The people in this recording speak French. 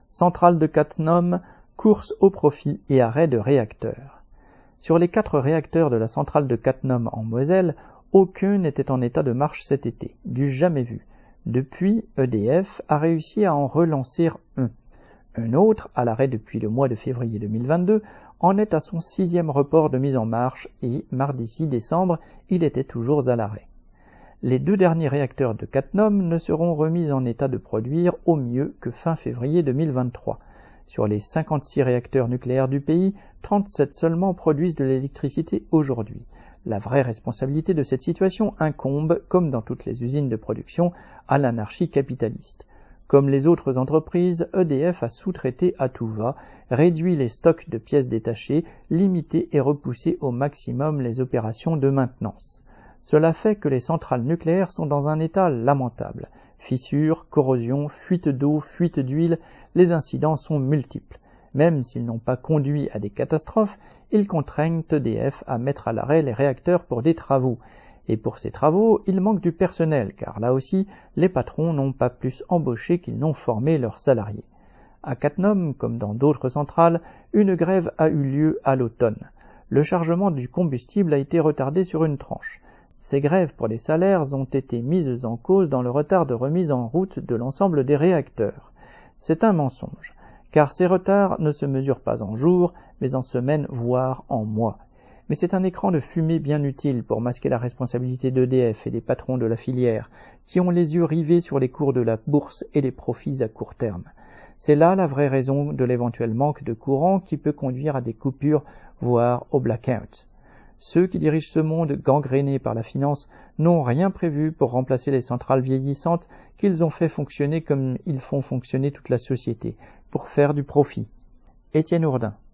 Centrale de Cattenom, course au profit et arrêt de réacteurs. Sur les 4 réacteurs de la centrale de Cattenom en Moselle, aucun n'était en état de marche cet été, du jamais vu. Depuis, EDF a réussi à en relancer un. Un autre, à l'arrêt depuis le mois de février 2022, en est à son 6e report de mise en marche et, mardi 6 décembre, il était toujours à l'arrêt. Les 2 derniers réacteurs de Cattenom ne seront remis en état de produire au mieux que fin février 2023. Sur les 56 réacteurs nucléaires du pays, 37 seulement produisent de l'électricité aujourd'hui. La vraie responsabilité de cette situation incombe, comme dans toutes les usines de production, à l'anarchie capitaliste. Comme les autres entreprises, EDF a sous-traité à tout va, réduit les stocks de pièces détachées, limité et repoussé au maximum les opérations de maintenance. Cela fait que les centrales nucléaires sont dans un état lamentable. Fissures, corrosion, fuite d'eau, fuite d'huile, les incidents sont multiples. Même s'ils n'ont pas conduit à des catastrophes, ils contraignent EDF à mettre à l'arrêt les réacteurs pour des travaux. Et pour ces travaux, il manque du personnel, car là aussi, les patrons n'ont pas plus embauché qu'ils n'ont formé leurs salariés. À Cattenom, comme dans d'autres centrales, une grève a eu lieu à l'automne. Le chargement du combustible a été retardé sur une tranche. Ces grèves pour les salaires ont été mises en cause dans le retard de remise en route de l'ensemble des réacteurs. C'est un mensonge, car ces retards ne se mesurent pas en jours, mais en semaines, voire en mois. Mais c'est un écran de fumée bien utile pour masquer la responsabilité d'EDF et des patrons de la filière, qui ont les yeux rivés sur les cours de la bourse et les profits à court terme. C'est là la vraie raison de l'éventuel manque de courant qui peut conduire à des coupures, voire au blackout. Ceux qui dirigent ce monde gangréné par la finance n'ont rien prévu pour remplacer les centrales vieillissantes qu'ils ont fait fonctionner comme ils font fonctionner toute la société, pour faire du profit. Étienne Ourdin.